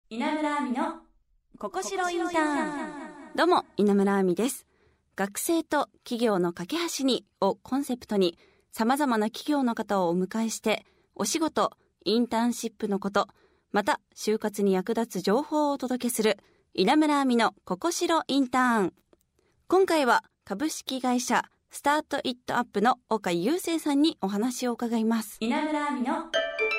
稲村亜美のここしろインターン。 どうも稲村亜美です。学生と企業の架け橋にをコンセプトにさまざまな企業の方をお迎えしてお仕事、インターンシップのこと、また就活に役立つ情報をお届けする稲村亜美のここしろインターン。今回は株式会社スタートイットアップの岡雄生さんにお話を伺います。 稲村亜美の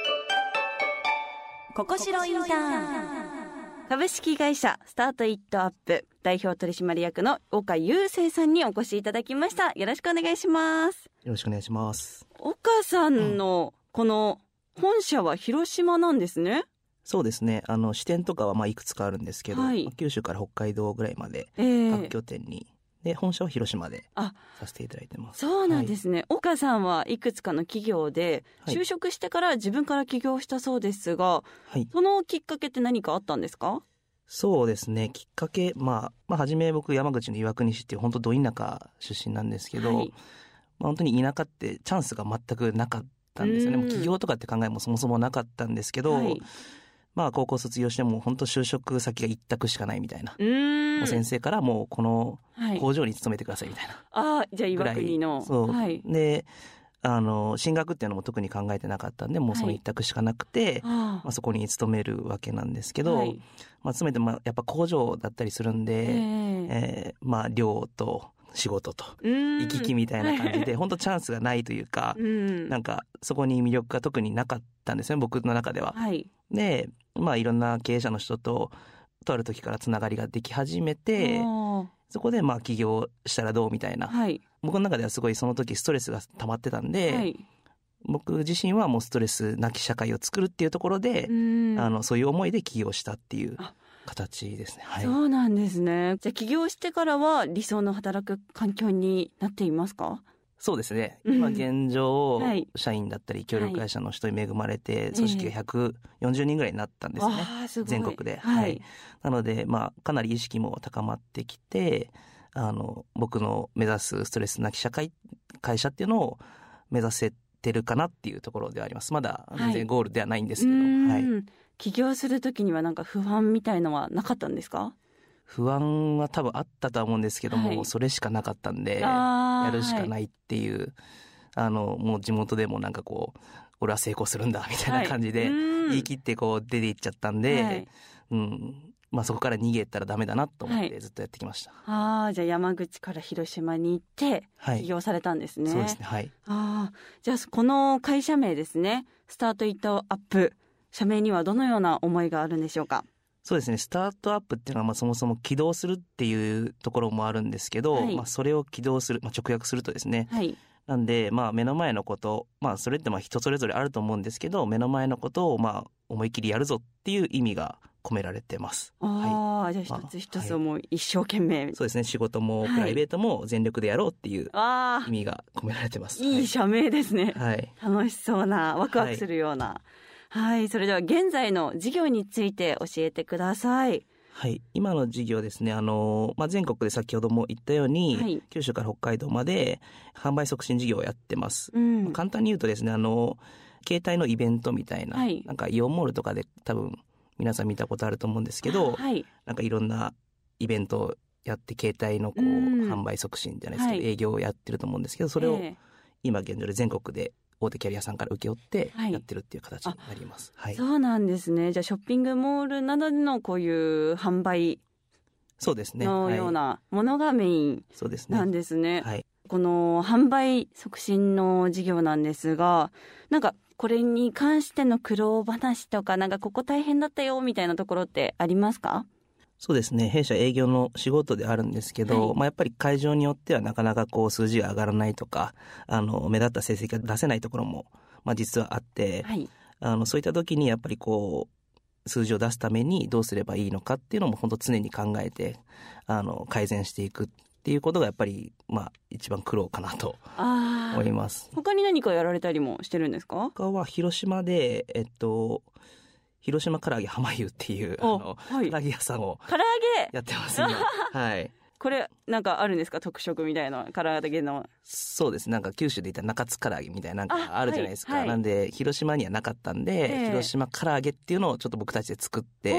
ここしろインターン。 株式会社スタートイットアップ代表取締役の岡雄生さんにお越しいただきました。よろしくお願いします。 よろしくお願いします。 岡さんのこの本社は広島なんですね。 そうですね。支店とかはいくつかあるんですけど、九州から北海道ぐらいまで各拠点に、で本社は広島でさせていただいてます。 そうなんですね。岡さんはいくつかの企業で就職してから自分から起業したそうですが、そのきっかけって何かあったんですか？ そうですね。きっかけ、初め僕山口の岩国市っていう本当ど田舎出身なんですけど、本当に田舎ってチャンスが全くなかったんですよね。もう起業とかって考えもそもそもなかったんですけど、高校卒業しても本当就職先が一択しかないみたいな。もう先生からもうこの工場に勤めてくださいみたいな。 じゃあ岩国の。 そう。で、進学っていうのも特に考えてなかったんで、もうその一択しかなくて、そこに勤めるわけなんですけど、勤めてやっぱ工場だったりするんで、寮と仕事と行き来みたいな感じで本当チャンスがないというか、なんかそこに魅力が特になかったんですね、僕の中では。で、いろんな経営者の人ととある時からつながりができ始めて、そこで起業したらどうみたいな、僕の中ではすごいその時ストレスが溜まってたんで、僕自身はもうストレスなき社会を作るっていうところで、そういう思いで起業したっていう形ですね。 そうなんですね。じゃあ起業してからは理想の働く環境になっていますか？ そうですね。今現状、社員だったり協力会社の人に恵まれて、組織が140人ぐらいになったんですね。全国で。なので、かなり意識も高まってきて、僕の目指すストレスなき会社っていうのを目指せてるかなっていうところではあります。まだ全然ゴールではないんですけど。 起業するときにはなんか不安みたいのはなかったんですか？ 不安は多分あったとは思うんですけども、それしかなかったんで、やるしかないっていう、もう地元でもなんかこう、俺は成功するんだみたいな感じで、言い切ってこう出ていっちゃったんで、そこから逃げたらダメだなと思ってずっとやってきました。 じゃあ山口から広島に行って起業されたんですね。 そうですね。 じゃあこの会社名ですね、スタートイットアップ、社名にはどのような思いがあるんでしょうか？ そうですね。スタートアップっていうのはそもそも起動するっていうところもあるんですけど、それを起動する、直訳するとですね。なんで、目の前のこと、それって人それぞれあると思うんですけど、目の前のことを思い切りやるぞっていう意味が込められてます。 じゃあ一つ一つをもう一生懸命。 そうですね。仕事もプライベートも全力でやろうっていう意味が込められてます。 いい社名ですね。楽しそうな、ワクワクするような。それでは現在の事業について教えてください。 今の事業ですね、全国で先ほども言ったように、九州から北海道まで販売促進事業をやってます。簡単に言うとですね、携帯のイベントみたいな、なんかイオンモールとかで多分皆さん見たことあると思うんですけど、なんかいろんなイベントをやって携帯のこう、販売促進じゃないですけど、営業をやってると思うんですけど、それを今現状で全国で大手キャリアさんから請け負ってやってるっていう形になります。 そうなんですね。じゃあショッピングモールなどでのこういう販売のようなものがメインなんですね。この販売促進の事業なんですが、なんかこれに関しての苦労話とか、なんかここ大変だったよみたいなところってありますか？ そうですね。弊社営業の仕事であるんですけど、やっぱり会場によってはなかなかこう数字が上がらないとか、目立った成績が出せないところも、実はあって、そういった時にやっぱりこう、数字を出すためにどうすればいいのかっていうのも本当常に考えて、改善していくっていうことがやっぱり、一番苦労かなと思います。 他に何かやられたりもしてるんですか？ 他は広島で、広島唐揚げ浜湯っていう唐揚げ屋さんをやってます今。 これなんかあるんですか？特色みたいな唐揚げの。 そうです。なんか九州で言ったら中津唐揚げみたいななんかあるじゃないですか。なんで広島にはなかったんで、広島唐揚げっていうのをちょっと僕たちで作って、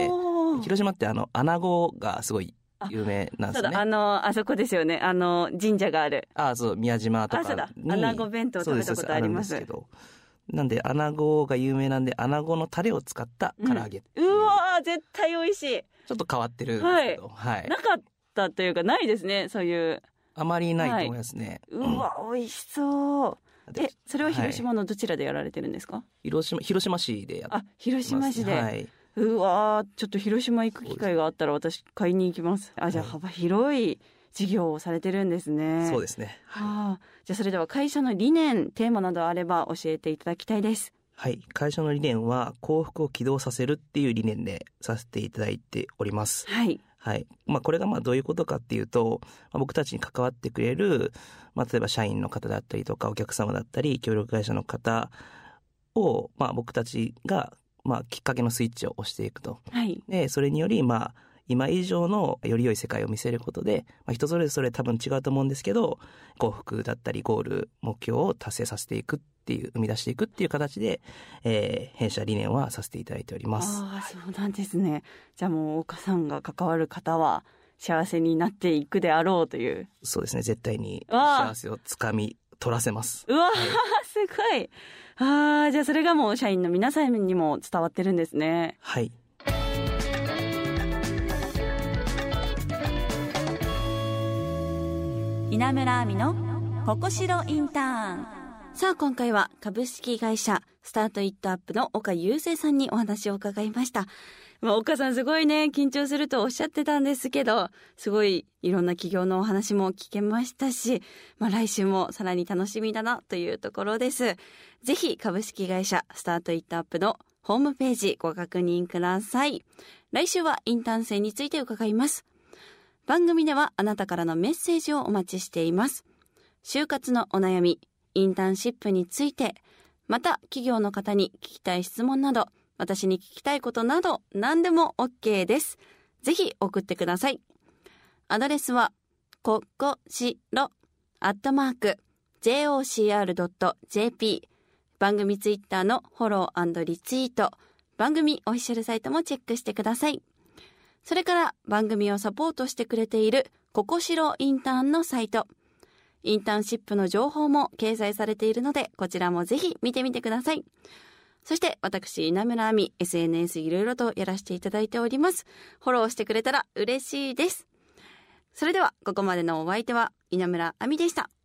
広島って穴子がすごい有名なんですよね。 そうだ、あそこですよね。神社がある。 そう、宮島とかに。 そうだ。穴子弁当食べたことあります。 そうです、あるんですけど。なんで、穴子が有名なんで、穴子のタレを使った唐揚げ。 うわー、絶対美味しい。 ちょっと変わってるんですけど。はい。 なかったというか、ないですね、そういう。 あまりないと思いますね。 うわ、美味しそう。それは広島のどちらでやられてるんですか？ 広島市でやってます。 広島市で。はい。うわー、ちょっと広島行く機会があったら私買いに行きます。じゃあ幅広い事業をされてるんですね。 そうですね。 じゃあそれでは会社の理念、テーマなどあれば教えていただきたいです。 はい。会社の理念は幸福を起動させるっていう理念でさせていただいております。 はい。 はい。これがどういうことかっていうと、僕たちに関わってくれる、例えば社員の方だったりとか、お客様だったり、協力会社の方を、僕たちが、きっかけのスイッチを押していくと。 はい。 で、それにより、今以上のより良い世界を見せることで、人それぞれ多分違うと思うんですけど、幸福だったりゴール、目標を達成させていくっていう、生み出していくっていう形で、弊社理念はさせていただいております。 そうなんですね。じゃあもう岡さんが関わる方は幸せになっていくであろうという。 そうですね。絶対に幸せをつかみ取らせます。 すごい。じゃあそれがもう社員の皆さんにも伝わってるんですね。 はい。 稲村亜美のここしろインターン。 さあ今回は株式会社スタートイットアップの岡雄生さんにお話を伺いました。岡さんすごいね、緊張するとおっしゃってたんですけど、すごいいろんな企業のお話も聞けましたし、来週もさらに楽しみだなというところです。ぜひ株式会社スタートイットアップのホームページご確認ください。来週はインターン生について伺います。番組ではあなたからのメッセージをお待ちしています。就活のお悩み、インターンシップについて、また企業の方に聞きたい質問など、私に聞きたいことなど何でも OK です。ぜひ送ってください。アドレスはここしろ@jocr.jp、 番組ツイッターのフォロー&リツイート、番組オフィシャルサイトもチェックしてください。それから番組をサポートしてくれているここしろインターンのサイト、インターンシップの情報も掲載されているので、こちらもぜひ見てみてください。そして私稲村亜美、 SNS いろいろとやらせていただいております。フォローしてくれたら嬉しいです。それではここまでのお相手は稲村亜美でした。